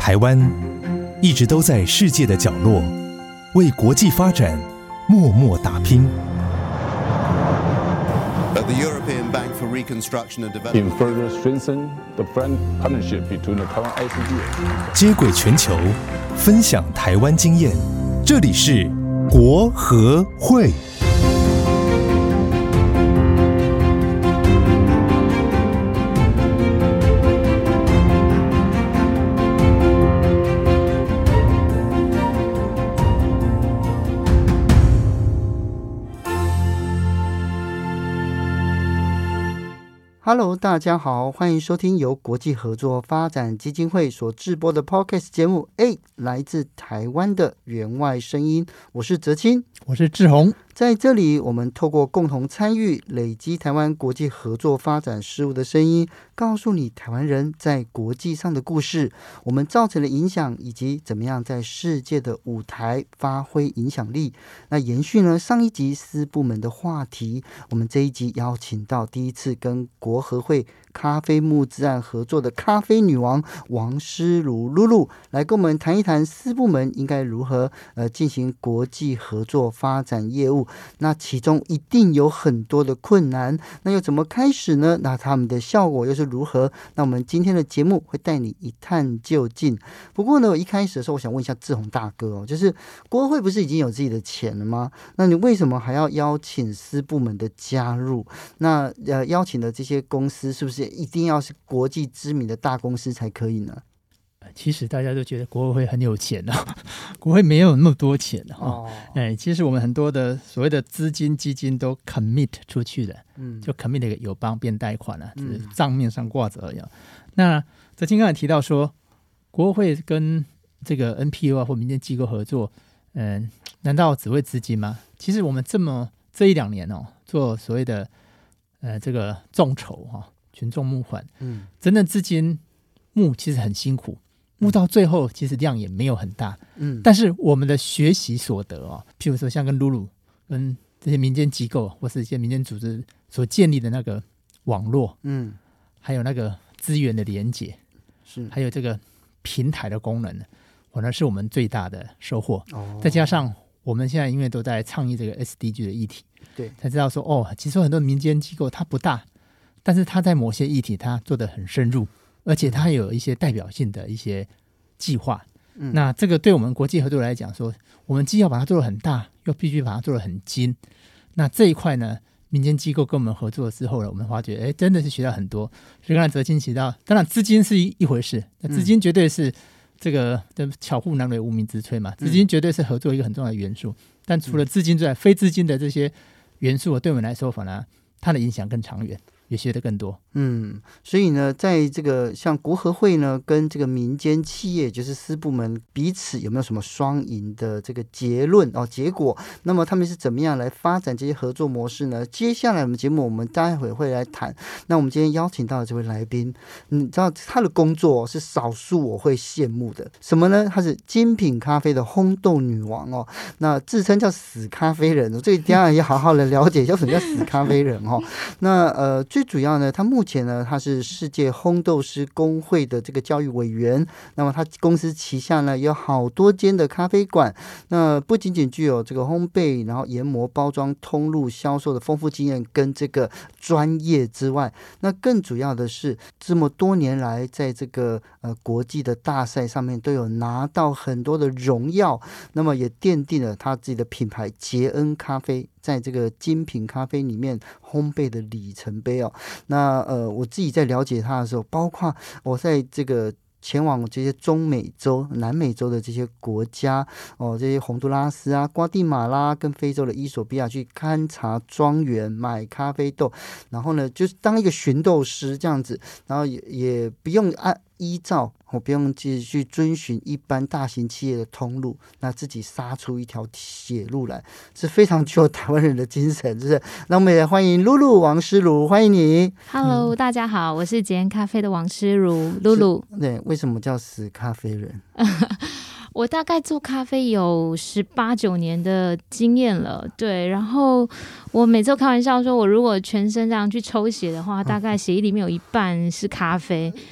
台湾一直都在世界的角落，为国际发展默默打拼。 The European Bank for Reconstruction and Development in further strengthen the friend partnership between the Taiwan ICD. 接轨全球，分享台湾经验，这里是国合会。 Hello， 大家好，欢迎收听由国际合作发展基金会所制播的 Podcast 节目来自台湾的员外声音，我是哲青， 我是志宏。 在这里，我们透过共同参与，累积台湾国际合作发展事务的声音，告诉你台湾人在国际上的故事，我们造成的影响，以及怎么样在世界的舞台发挥影响力。那延续呢上一集私部门的话题，我们这一集邀请到第一次跟国合会咖啡募资案合作的咖啡女王王诗如露露，来跟我们谈一谈私部门应该如何进行国际合作发展业务。那其中一定有很多的困难，那又怎么开始呢？那他们的效果又是如何？那我们今天的节目会带你一探究竟。不过呢，我一开始的时候，我想问一下志宏大哥哦，就是国合会不是已经有自己的钱了吗？那你为什么还要邀请私部门的加入？那邀请的这些公司是不是一定要是国际知名的大公司才可以呢？ 其实大家都觉得国合会很有钱国合会没有那么多钱其实我们很多的所谓的资金基金都 commit 出去的，就 commit 那个友邦变贷款只是账面上挂着而已。那哲青刚才提到说，国合会跟这个 NPO 或民间机构合作，难道只为资金吗？其实我们这一两年做所谓的这个众筹群众募款，真正资金募其实很辛苦。募到最后其实量也没有很大，但是我们的学习所得譬如说像跟露露跟这些民间机构或是一些民间组织所建立的那个网络，还有那个资源的连结，还有这个平台的功能，那是我们最大的收获。再加上我们现在因为都在倡议这个 SDG 的议题，对，才知道说其实很多民间机构它不大，但是它在某些议题它做得很深入，而且它有一些代表性的一些计划，那这个对我们国际合作来讲说，我们既要把它做得很大，又必须把它做得很精。那这一块呢，民间机构跟我们合作之后呢，我们发觉真的是学到很多。所以刚才哲青提到，当然资金是一回事，那资金绝对是这个巧妇难为无米之炊嘛，资金绝对是合作一个很重要的元素。但除了资金之外，非资金的这些元素对我们来说，反而它的影响更长远，也学得更多。 所以呢，在这个像国合会呢，跟这个民间企业，就是私部门彼此有没有什么双赢的这个结果？那么他们是怎么样来发展这些合作模式呢？接下来我们节目我们待会会来谈。那我们今天邀请到的这位来宾，你知道他的工作是少数我会羡慕的，什么呢？他是精品咖啡的烘豆女王那自称叫死咖啡人，这一定要也好好的了解一下什么叫死咖啡人那最主要呢，他目前呢，他是世界烘豆师工会的这个教育委员。那么他公司旗下呢有好多间的咖啡馆，那不仅仅具有这个烘焙，然后研磨、包装、通路、销售的丰富经验跟这个专业之外，那更主要的是这么多年来在这个国际的大赛上面都有拿到很多的荣耀，那么也奠定了他自己的品牌捷恩咖啡在这个精品咖啡里面烘焙的里程碑那我自己在了解它的时候，包括我在这个前往这些中美洲、南美洲的这些国家这些洪都拉斯啊、瓜地马拉跟非洲的伊索比亚去勘察庄园、买咖啡豆，然后呢就是当一个寻豆师这样子，然后也不用依照我不用去遵循一般大型企业的通路，那自己杀出一条血路来，是非常具有台湾人的精神，就是那我们也欢迎露露王诗如，欢迎你。 Hello，大家好，我是捷恩咖啡的王诗如，露露。 对，为什么叫死咖啡人？ 我大概做咖啡有18、19年的经验了，对。然后我每次都开玩笑说，我如果全身这样去抽血的话，大概血液里面有一半是咖啡。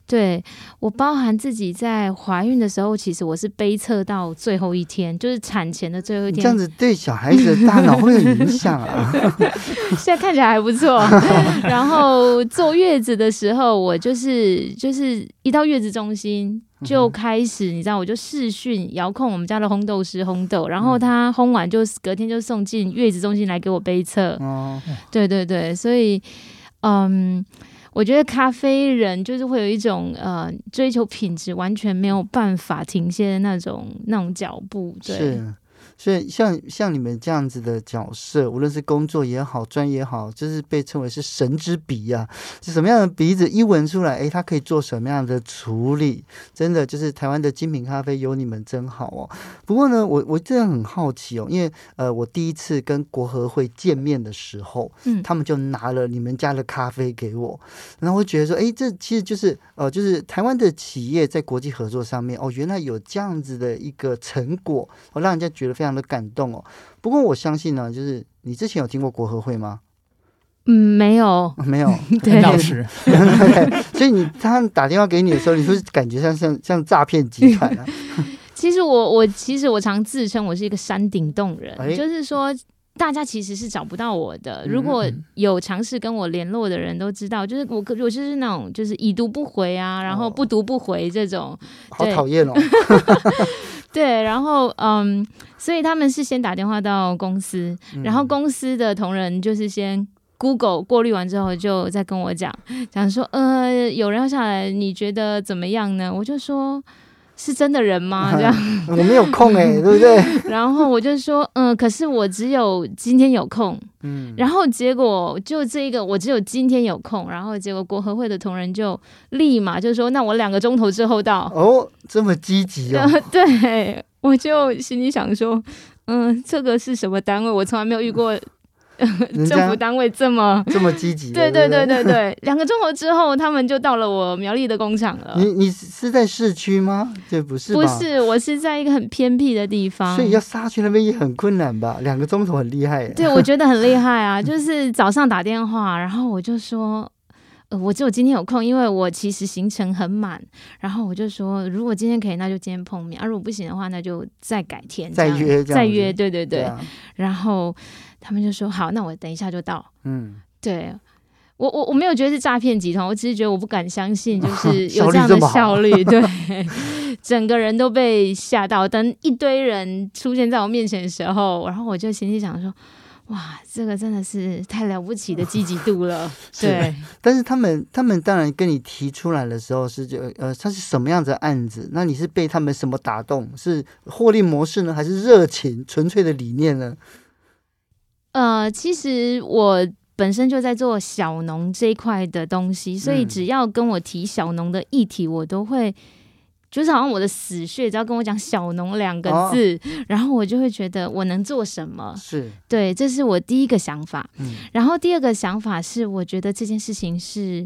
对，我包含自己在怀孕的时候，其实我是杯测到最后一天，就是产前的最后一天。 这样子对小孩子的大脑会有影响啊。 现在看起来还不错。然后坐月子的时候，我就是一到月子中心就开始，你知道，我就视讯遥控我们家的烘豆师烘豆，然后他烘完就隔天就送进月子中心来给我杯测。对对对，所以我觉得咖啡人就是会有一种追求品质完全没有办法停歇的那种脚步。对， 是。所以像你们这样子的角色，无论是工作也好，专业也好，就是被称为是神之鼻啊，是什么样的鼻子一闻出来，它可以做什么样的处理？真的就是台湾的精品咖啡有你们真好哦。不过呢，我真的很好奇哦，因为我第一次跟国合会见面的时候，他们就拿了你们家的咖啡给我，然后我觉得说，这其实就是台湾的企业在国际合作上面原来有这样子的一个成果，让人家觉得非常的感动哦。不过我相信呢，就是你之前有听过国合会吗？ 没有。 对，老师。 所以他打电话给你的时候，你是不是感觉像诈骗集团啊？ 其实我常自称我是一个山顶洞人，就是说大家其实是找不到我的。如果有尝试跟我联络的人都知道，就是我就是那种就是已读不回啊，然后不读不回这种， 好讨厌哦。 对，然后所以他们是先打电话到公司，然后公司的同仁就是先 Google 过滤完之后，就再跟我讲说，有人要下来，你觉得怎么样呢？我就说，是真的人吗？这样我没有空对不对？ 然后我就说，可是我只有今天有空。然后结果就这个我只有今天有空，然后结果国合会的同仁就立马就说，那我2个钟头之后到。 这么积极哦。 对，我就心里想说，这个是什么单位？我从来没有遇过政府单位这么积极。 对对对对对，2个钟头之后他们就到了我苗栗的工厂了。 你是在市区吗？对，不是吧？ 不是，我是在一个很偏僻的地方， 所以要杀去那边也很困难吧？2个钟头很厉害耶。 对，我觉得很厉害啊。就是早上打电话，然后我就说我只有今天有空，因为我其实行程很满，然后我就说如果今天可以那就今天碰面，如果不行的话那就再改天再约。对对对、然后他们就说好，那我等一下就到。对，我没有觉得是诈骗集团，我只是觉得我不敢相信就是有这样的效率。对，整个人都被吓到，等一堆人出现在我面前的时候，然后我就心里想说，哇，这个真的是太了不起的积极度了。对， 但是他们当然跟你提出来的时候是它是什么样子的案子？那你是被他们什么打动？是获利模式呢，还是热情纯粹的理念呢？ 其实我本身就在做小农这一块的东西，所以只要跟我提小农的议题，我都会就是好像我的死穴，只要跟我讲小农2个字，然后我就会觉得我能做什么。 是， 对，这是我第一个想法。然后第二个想法是，我觉得这件事情是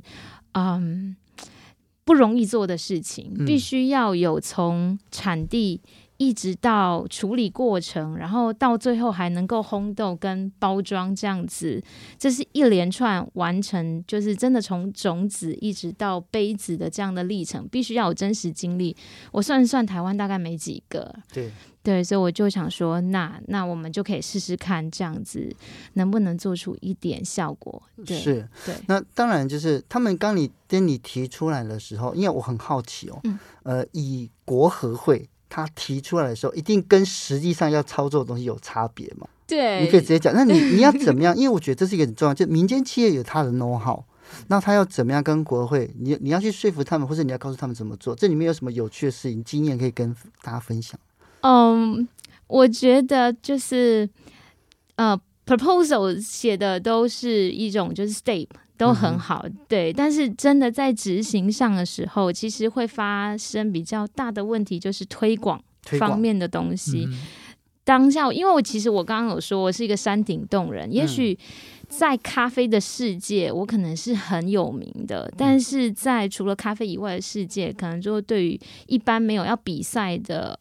不容易做的事情，必须要有从产地一直到处理过程，然后到最后还能够烘豆跟包装这样子，这是一连串完成，就是真的从种子一直到杯子的这样的历程，必须要有真实经历。我算台湾大概没几个。对，所以我就想说，那我们就可以试试看，这样子能不能做出一点效果。对， 是， 对。 那当然就是他们跟你提出来的时候，因为我很好奇以国合会他提出来的时候，一定跟实际上要操作的东西有差别嘛？ 对， 你可以直接讲。那你要怎么样？因为我觉得这是一个很重要，就民间企业有他的 know how， 那他要怎么样跟国合会？你要去说服他们，或者你要告诉他们怎么做？这里面有什么有趣的事情、经验可以跟大家分享？ 我觉得就是proposal 写的都是一种就是 step。都很好，对，但是真的在执行上的时候，其实会发生比较大的问题，就是推广方面的东西。当下，因为我刚刚有说我是一个山顶洞人，也许在咖啡的世界我可能是很有名的，但是在除了咖啡以外的世界，可能就对于一般没有要比赛的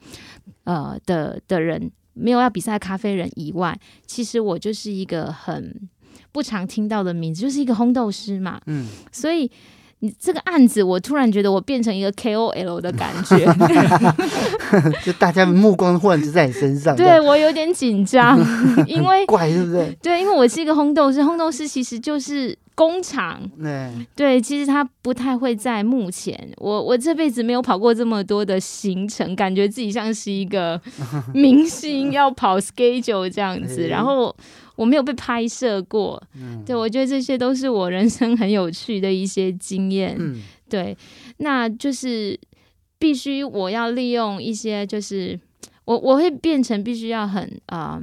的人，没有要比赛咖啡人以外，其实我就是一个很不常听到的名字，就是一个烘豆师嘛。所以你这个案子，我突然觉得我变成一个 KOL 的感觉， 就大家目光忽然就在你身上， 对我有点紧张，因为怪对不对？ 对，因为我是一个烘豆师，烘豆师其实就是工厂，对，其实他不太会在幕前。我这辈子没有跑过这么多的行程，感觉自己像是一个明星要跑 schedule 这样子，然后我没有被拍摄过，对，我觉得这些都是我人生很有趣的一些经验，对，那就是必须我要利用一些，就是我会变成必须要很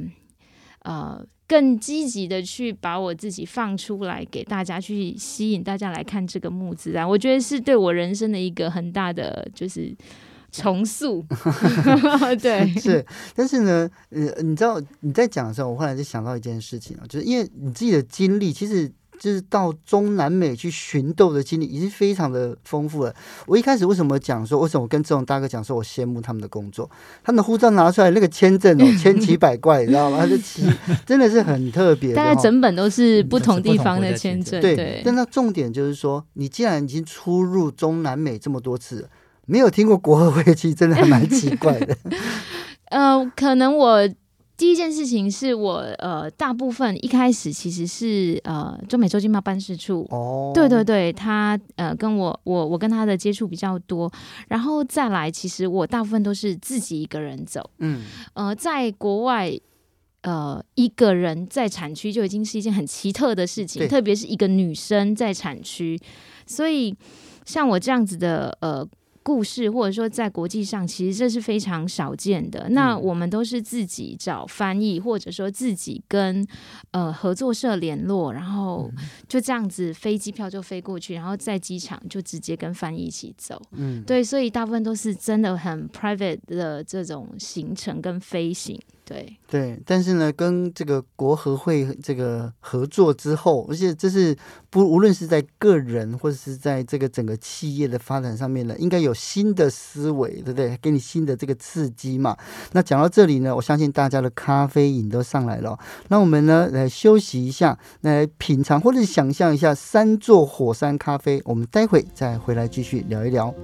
更积极的去把我自己放出来给大家，去吸引大家来看这个募资案，我觉得是对我人生的一个很大的就是重塑对， 是，但是呢，你知道你在讲的时候，我后来就想到一件事情，就是因为你自己的经历，其实就是到中南美去寻豆的经历已经非常的丰富了。我一开始为什么讲说，为什么我跟志宏大哥讲说我羡慕他们的工作，他们的护照拿出来那个签证千奇百怪，你知道吗？真的是很特别的， 大概整本都是不同地方的签证。 对，但那重点就是说，你既然已经出入中南美这么多次了，没有听过国合会，其实真的还蛮奇怪的。 可能我第一件事情是我大部分一开始其实是中美洲经贸办事处，对对对，他跟我跟他的接触比较多，然后再来其实我大部分都是自己一个人走，在国外一个人在产区就已经是一件很奇特的事情，特别是一个女生在产区，所以像我这样子的故事，或者说在国际上其实这是非常少见的，那我们都是自己找翻译，或者说自己跟合作社联络，然后就这样子飞机票就飞过去，然后在机场就直接跟翻译一起走，对，所以大部分都是真的很 private 的这种行程跟飞行，对， 但是呢，跟这个国合会这个合作之后，而且这是无论是在个人或者是在这个整个企业的发展上面呢，应该有新的思维，对不对？给你新的这个刺激嘛。那讲到这里呢，我相信大家的咖啡瘾都上来了，那我们呢来休息一下，来品尝或者想象一下3座火山咖啡，我们待会再回来继续聊一聊。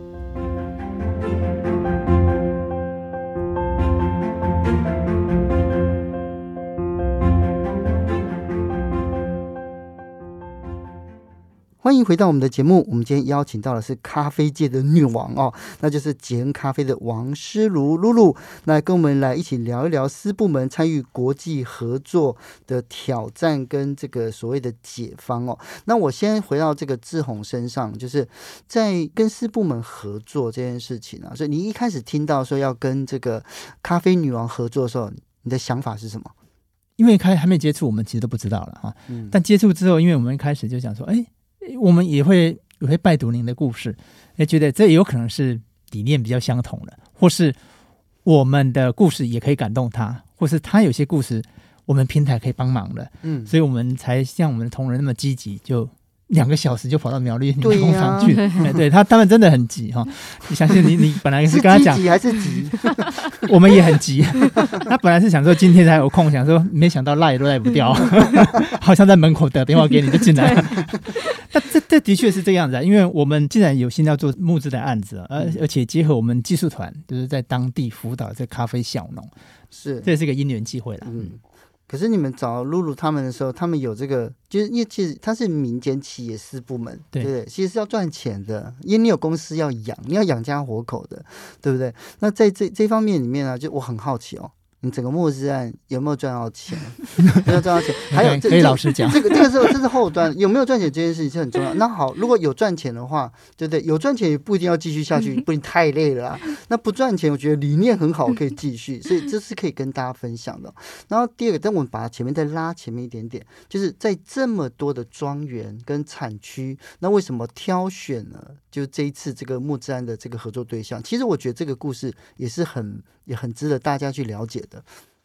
欢迎回到我们的节目，我们今天邀请到的是咖啡界的女王哦，那就是捷恩咖啡的王诗如露露，那跟我们来一起聊一聊私部门参与国际合作的挑战跟这个所谓的解方哦。那我先回到这个志宏身上，就是在跟私部门合作这件事情啊，所以你一开始听到说要跟这个咖啡女王合作的时候，你的想法是什么？ 因为还没接触，我们其实都不知道了哈。但接触之后，因为我们一开始就想说，我们也会拜读您的故事，觉得这有可能是理念比较相同的，或是我们的故事也可以感动他，或是他有些故事我们平台可以帮忙的，所以我们才像我们的同仁那么积极，就2个小时就跑到苗栗工厂去，对，他们真的很急哈。你相信你本来是跟他讲是积极还是急？ 我们也很急。他本来是想说今天才有空，想说没想到赖都赖不掉，好像在门口打电话给你就进来了。但这的确是这样子啊，因为我们既然有心要做募资的案子，而且结合我们技术团，就是在当地辅导这咖啡小农，这是一个因缘际会啦。 可是你们找露露他们的时候，他们有这个，就是因为其实它是民间企业私部门，对不对？其实是要赚钱的，因为你有公司要养，你要养家活口的，对不对？那在这方面里面呢，就我很好奇哦，你整个募资案有没有赚到钱？有没有赚到钱？还有可以老实讲， 这是后端有没有赚钱这件事情是很重要。那好，如果有赚钱的话，对不对？有赚钱也不一定要继续下去，不然太累了啦。那不赚钱，我觉得理念很好，可以继续，所以这是可以跟大家分享的。然后第二个，但我们把它前面再拉前面一点点，就是在这么多的庄园跟产区，那为什么挑选了就这一次这个募资案的这个合作对象？其实我觉得这个故事也很值得大家去了解的。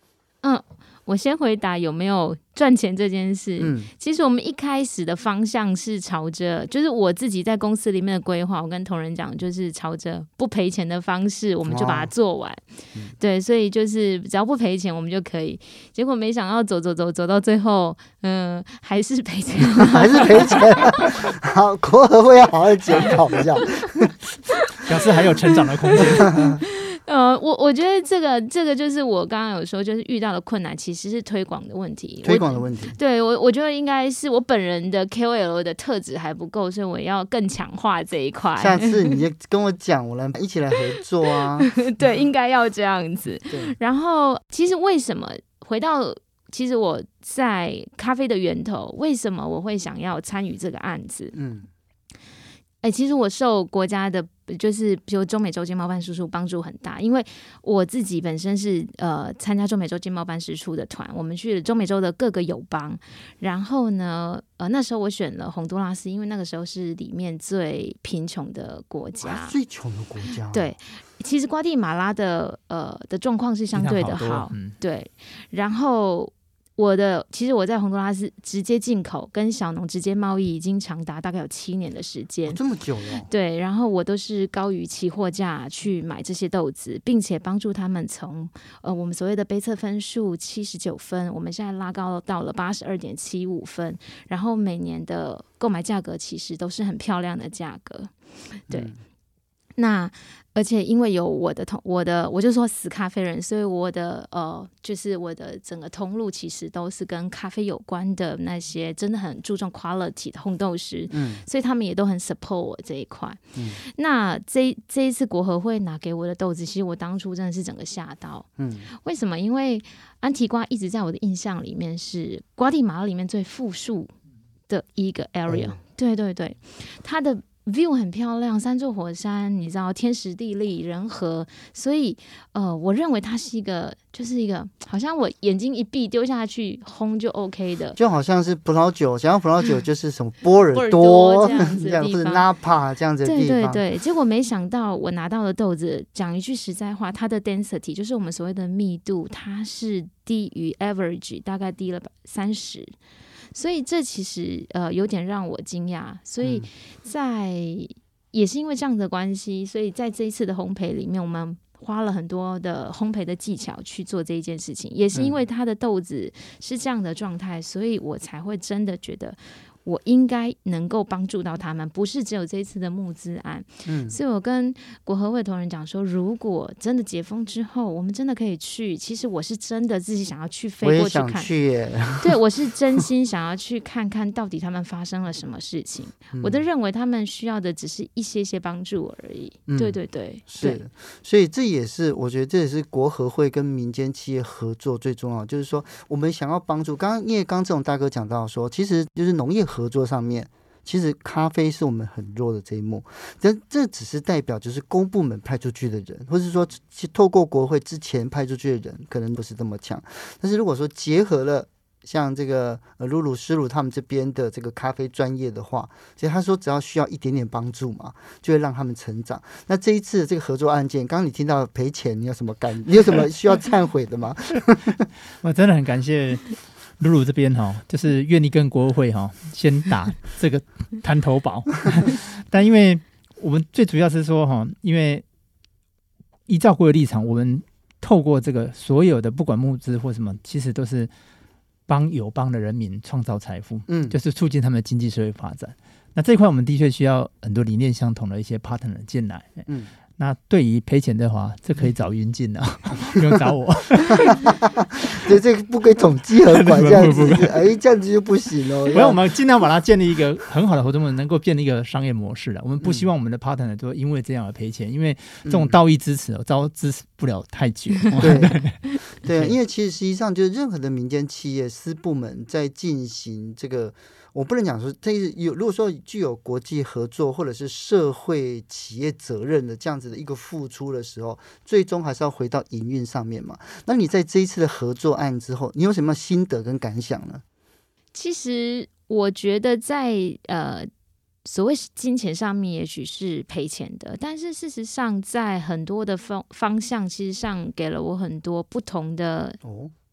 我先回答有没有赚钱这件事。其实我们一开始的方向是朝着，就是我自己在公司里面的规划，我跟同仁讲，就是朝着不赔钱的方式，我们就把它做完。对，所以就是只要不赔钱，我们就可以。结果没想到走到最后，还是赔钱， 还是赔钱。好，国合会要好好检讨一下， 表示还有成长的空间。 我觉得这个就是我刚刚有说，就是遇到的困难其实是推广的问题。 推广的问题， 对，我觉得应该是我本人的 KOL 的特质还不够，所以我要更强化这一块。 下次你就跟我讲，我们一起来合作啊。 对，应该要这样子。 对， 然后其实为什么回到，其实我在咖啡的源头，为什么我会想要参与这个案子？其实我受国家的，就是比如中美洲经贸办事处帮助很大，因为我自己本身是参加中美洲经贸办事处的团，我们去了中美洲的各个友邦，然后呢，那时候我选了洪都拉斯，因为那个时候是里面最贫穷的国家， 最穷的国家。 对，其实瓜地马拉的状况是相对的好，对，然后。其实我在洪都拉斯直接进口跟小农直接贸易已经长达大概有7年的时间， 这么久了。 对，然后我都是高于期货价去买这些豆子，并且帮助他们从我们所谓的杯测分数79分，我们现在拉高到了82.75分，然后每年的购买价格其实都是很漂亮的价格，对。那而且因为有我就说死咖啡人，所以我的就是我的整个通路其实都是跟咖啡有关的那些真的很注重 quality 的烘豆师，所以他们也都很 support 我这一块。那这一次国合会拿给我的豆子，其实我当初真的是整个吓到。为什么？因为安提瓜一直在我的印象里面是瓜地马拉里面最富庶的一个 area，对对对，它的view 很漂亮，三座火山，你知道天时地利人和，所以我认为它是就是一个好像我眼睛一闭丢下去烘就 OK 的， 就好像是葡萄酒，想要葡萄酒就是什么波尔多这样子的地方，或者纳帕这样子的地方。 对对对，结果没想到我拿到的豆子，讲一句实在话，它的 density 就是我们所谓的密度，它是低于 average， 大概低了30%。所以这其实有点让我惊讶，所以也是因为这样的关系，所以在这一次的烘焙里面，我们花了很多的烘焙的技巧去做这一件事情，也是因为它的豆子是这样的状态，所以我才会真的觉得我应该能够帮助到他们，不是只有这一次的募资案。所以我跟国合会同仁讲说，如果真的解封之后，我们真的可以去。其实我是真的自己想要去飞过去看， 我也想去耶。 对，我是真心想要去看看到底他们发生了什么事情。我都认为他们需要的只是一些帮助而已。对对对， 是。所以这也是我觉得这也是国合会跟民间企业合作最重要，就是说我们想要帮助。因为刚这种大哥讲到说，其实就是农业合作上面，其实咖啡是我们很弱的这一幕，这只是代表就是公部门派出去的人，或是说透过国会之前派出去的人可能不是这么强，但是如果说结合了像这个露露师鲁他们这边的这个咖啡专业的话，其实他说只要需要一点点帮助嘛，就会让他们成长。那这一次的这个合作案件，刚刚你听到赔钱，你有什么需要忏悔的吗？ 我真的很感谢露露这边就是愿意跟国会先打这个滩头堡但因为我们最主要是说因为依照国的立场，我们透过这个所有的不管募资或什么，其实都是帮友邦的人民创造财富，就是促进他们的经济社会发展。那这一块我们的确需要很多理念相同的一些 partner 进来。那对于赔钱的话，这可以找云进不用找我。 这不归总稽核管这样子，这样子就不行了。 我们尽量把它建立一个很好的合作模式，能够建立一个商业模式了。我们不希望我们的 partner 都因为这样而赔钱，因为这种道义支持支持不了太久。 对，因为其实实际上就是任何的民间企业、私部门在进行这个。我不能讲说如果说具有国际合作或者是社会企业责任的这样子的一个付出的时候，最终还是要回到营运上面嘛。那你在这一次的合作案之后，你有什么心得跟感想呢？ 其实我觉得在所谓金钱上面也许是赔钱的，但是事实上在很多的方向其实上给了我很多不同的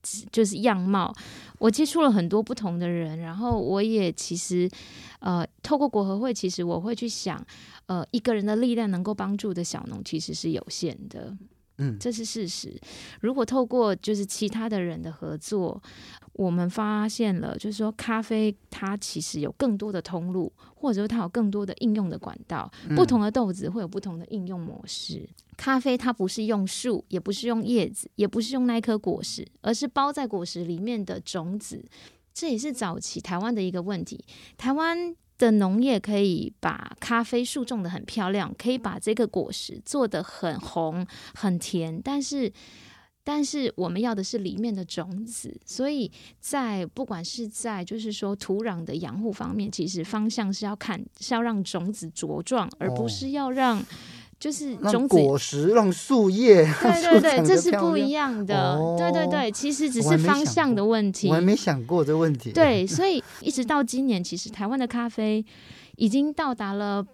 就是样貌。我接触了很多不同的人，然后我也其实透过国合会，其实我会去想一个人的力量能够帮助的小农其实是有限的，这是事实。如果透过就是其他的人的合作，我们发现了就是说咖啡它其实有更多的通路，或者说它有更多的应用的管道，不同的豆子会有不同的应用模式。咖啡它不是用树，也不是用叶子，也不是用那一颗果实，而是包在果实里面的种子。这也是早期台湾的一个问题。台湾的农业可以把咖啡树种得很漂亮，可以把这个果实做得很红很甜，但是我们要的是里面的种子，所以不管是在就是说土壤的养护方面，其实方向是要让种子茁壮，而不是要让就是种子让果实让树叶， 对对对，这是不一样的。对对对，其实只是方向的问题。 我还没想过这问题。 对，所以一直到今年，其实台湾的咖啡已经到达了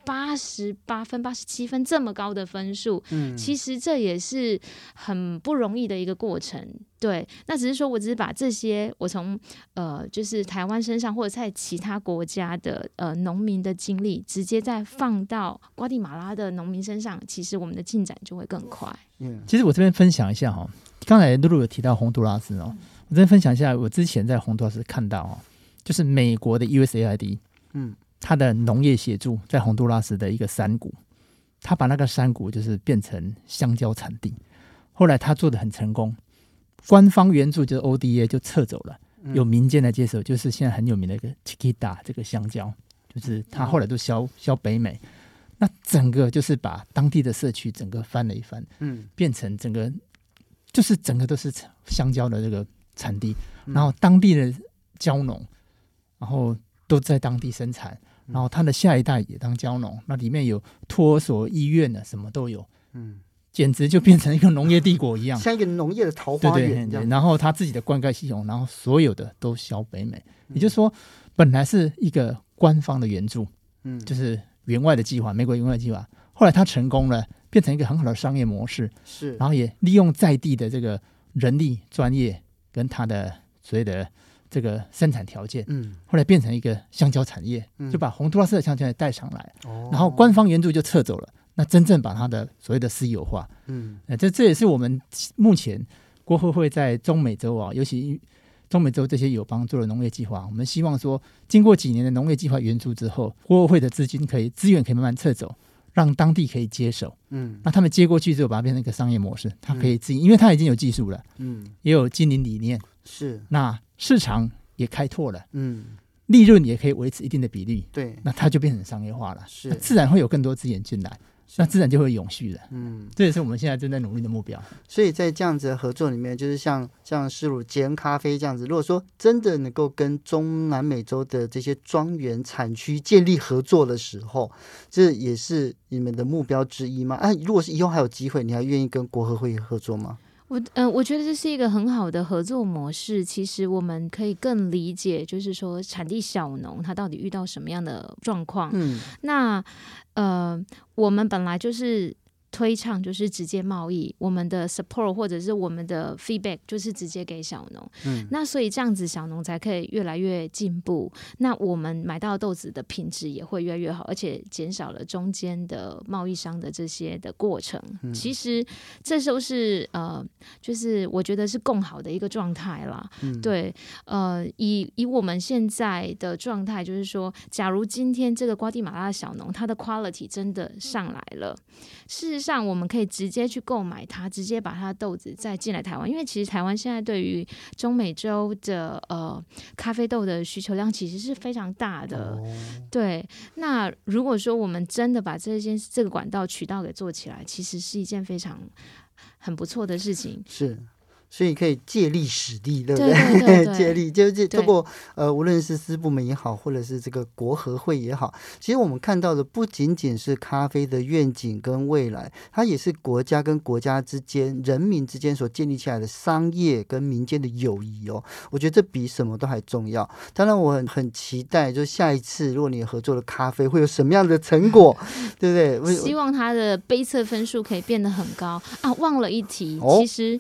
88分、87分这么高的分数，其实这也是很不容易的一个过程。对，那只是说我只是把这些我从就是台湾身上或者在其他国家的农民的经历，直接再放到瓜地马拉的农民身上，其实我们的进展就会更快。 其实我这边分享一下哈，刚才露露有提到洪都拉斯哦，我这边分享一下，我之前在洪都拉斯看到哦，就是美国的 USAID，它的农业协助在洪都拉斯的一个山谷，他把那个山谷就是变成香蕉产地，后来他做得很成功，官方援助就是 ODA 就撤走了，有民间来接手，就是现在很有名的一个 Chiquita 这个香蕉，就是他后来都销北美，那整个就是把当地的社区整个翻了一番，变成整个都是香蕉的这个产地，然后当地的蕉农，然后都在当地生产，然后他的下一代也当蕉农，那里面有托所、医院的什么都有，简直就变成一个农业帝国一样， 像一个农业的桃花源。 对，然后他自己的灌溉系统，然后所有的都销北美，也就是说本来是一个官方的援助，就是援外的计划，美国援外计划，后来他成功了，变成一个很好的商业模式，是，然后也利用在地的这个人力专业跟他的所谓的这个生产条件，后来变成一个香蕉产业，就把洪都拉斯的香蕉也带上来，然后官方援助就撤走了，那真正把它的所谓的私有化，这也是我们目前国合会在中美洲啊，尤其中美洲这些友邦做的农业计划，我们希望说，经过几年的农业计划援助之后，国合会的资源可以慢慢撤走，让当地可以接手，那他们接过去之后，把它变成一个商业模式，它可以自己，因为它已经有技术了，也有经营理念，是，那市场也开拓了，利润也可以维持一定的比例，对，那它就变成商业化了，是，自然会有更多资源进来，那自然就会永续了，这也是我们现在正在努力的目标。 所以在这样子的合作里面，就是像士鲁捷恩咖啡这样子，如果说真的能够跟中南美洲的这些庄园产区建立合作的时候，这也是你们的目标之一吗？如果是以后还有机会，你还愿意跟国合会合作吗？ 我觉得这是一个很好的合作模式。其实我们可以更理解，就是说产地小农他到底遇到什么样的状况。那我们本来就是推倡就是直接贸易，我们的 support 或者是我们的 feedback 就是直接给小农，那所以这样子小农才可以越来越进步，那我们买到豆子的品质也会越来越好，而且减少了中间的贸易商的这些的过程，其实这都是就是我觉得是更好的一个状态啦，对，以我们现在的状态，就是说假如今天这个瓜地马拉的小农他的 quality 真的上来了，事实上我们可以直接去购买它，直接把它的豆子再进来台湾，因为其实台湾现在对于中美洲的咖啡豆的需求量其实是非常大的，对，那如果说我们真的把这个管道渠道给做起来，其实是一件很不错的事情， 是，所以可以借力使力，对不对？对借力就是透过无论是私部门也好，或者是这个国合会也好，其实我们看到的不仅仅是咖啡的愿景跟未来，它也是国家跟国家之间、人民之间所建立起来的商业跟民间的友谊哦。我觉得这比什么都还重要。当然，我很期待，就下一次如果你合作的咖啡会有什么样的成果，对不对？ 希望它的杯测分数可以变得很高啊！忘了一提，其实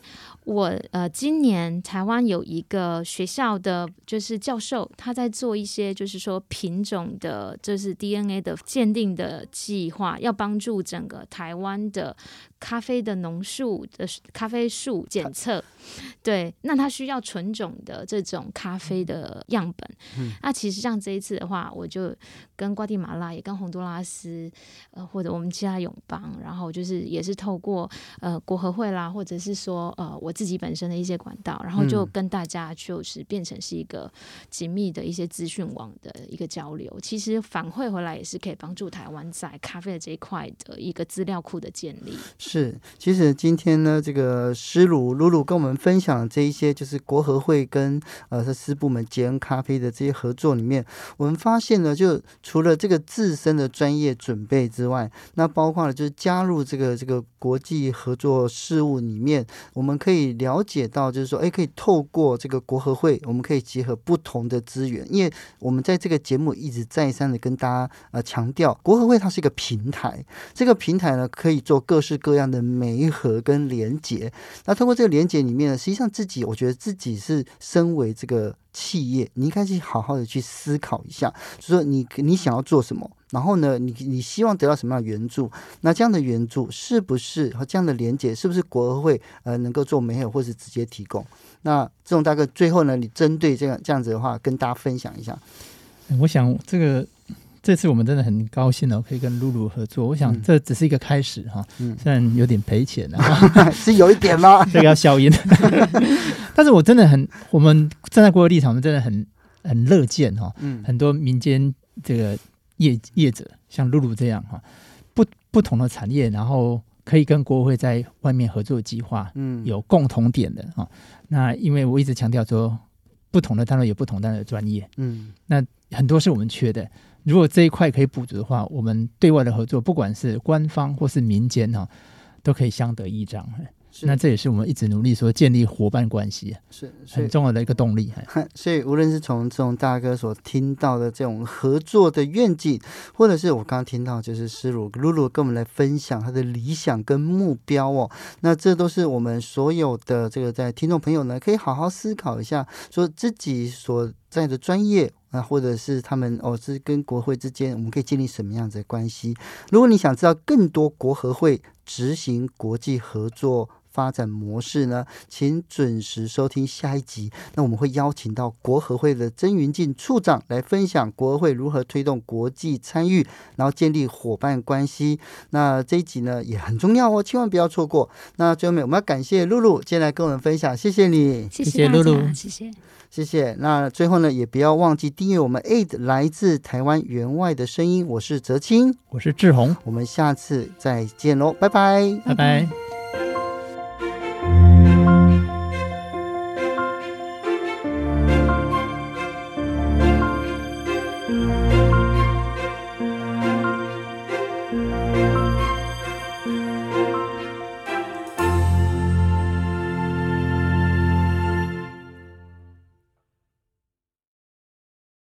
我今年台湾有一个学校的就是教授，他在做一些就是说品种的，就是 DNA 的鉴定的计划，要帮助整个台湾的咖啡的农树的咖啡树检测。对，那他需要纯种的这种咖啡的样本。那其实像这一次的话，我就跟瓜地马拉也跟洪都拉斯或者我们其他友邦，然后就是也是透过国合会啦，或者是说我自己本身的一些管道，然后就跟大家就是变成是一个紧密的一些资讯网的一个交流。其实反馈回来也是可以帮助台湾在咖啡的这一块的一个资料库的建立。 是，其实今天呢，这个诗鲁露露跟我们分享这一些就是国合会跟私部门捷恩咖啡的这些合作里面，我们发现呢，就除了这个自身的专业准备之外，那包括了就是加入这个国际合作事务里面，我们可以了解到就是说，可以透过这个国合会，我们可以结合不同的资源，因为我们在这个节目一直再三的跟大家强调，国合会它是一个平台，这个平台呢可以做各式各样的媒合跟连结。那通过这个连结里面呢，实际上我觉得自己是身为这个企业，你应该去好好的去思考一下，就说你想要做什么，然后呢，你希望得到什么样的援助？那这样的援助是不是和这样的连结是不是国合会能够做媒合或是直接提供？那志宏大哥最后呢，你针对这样子的话，跟大家分享一下。 我想这次我们真的很高兴可以跟露露合作。我想这只是一个开始哈，虽然有点赔钱是有一点吗？ 这个要消音。但是我真的我们站在国合立场，我们真的很乐见很多民间这个业者像露露这样不同的产业，然后可以跟国合会在外面合作计划，有共同点的那因为我一直强调说，不同的单位有不同单位的专业，那很多是我们缺的。如果这一块可以补足的话，我们对外的合作，不管是官方或是民间都可以相得益彰。那这也是我们一直努力说建立伙伴关系，是很重要的一个动力。 所以无论是从这种大哥所听到的这种合作的愿景，或者是我刚刚听到就是诗鲁露露跟我们来分享他的理想跟目标那这都是我们所有的这个在听众朋友呢，可以好好思考一下，说自己所在的专业或者是他们是跟国合会之间我们可以建立什么样子的关系。如果你想知道更多国合会执行国际合作发展模式呢，请准时收听下一集。那我们会邀请到国合会的曾云进处长来分享国合会如何推动国际参与，然后建立伙伴关系。那这一集呢也很重要千万不要错过。那最后面我们要感谢露露今天来跟我们分享，谢谢你， 谢谢露露，谢谢。 那最后呢，也不要忘记订阅我们 AID 来自台湾员外的声音。我是哲青， 我是志宏， 我们下次再见喽，拜拜， 拜拜。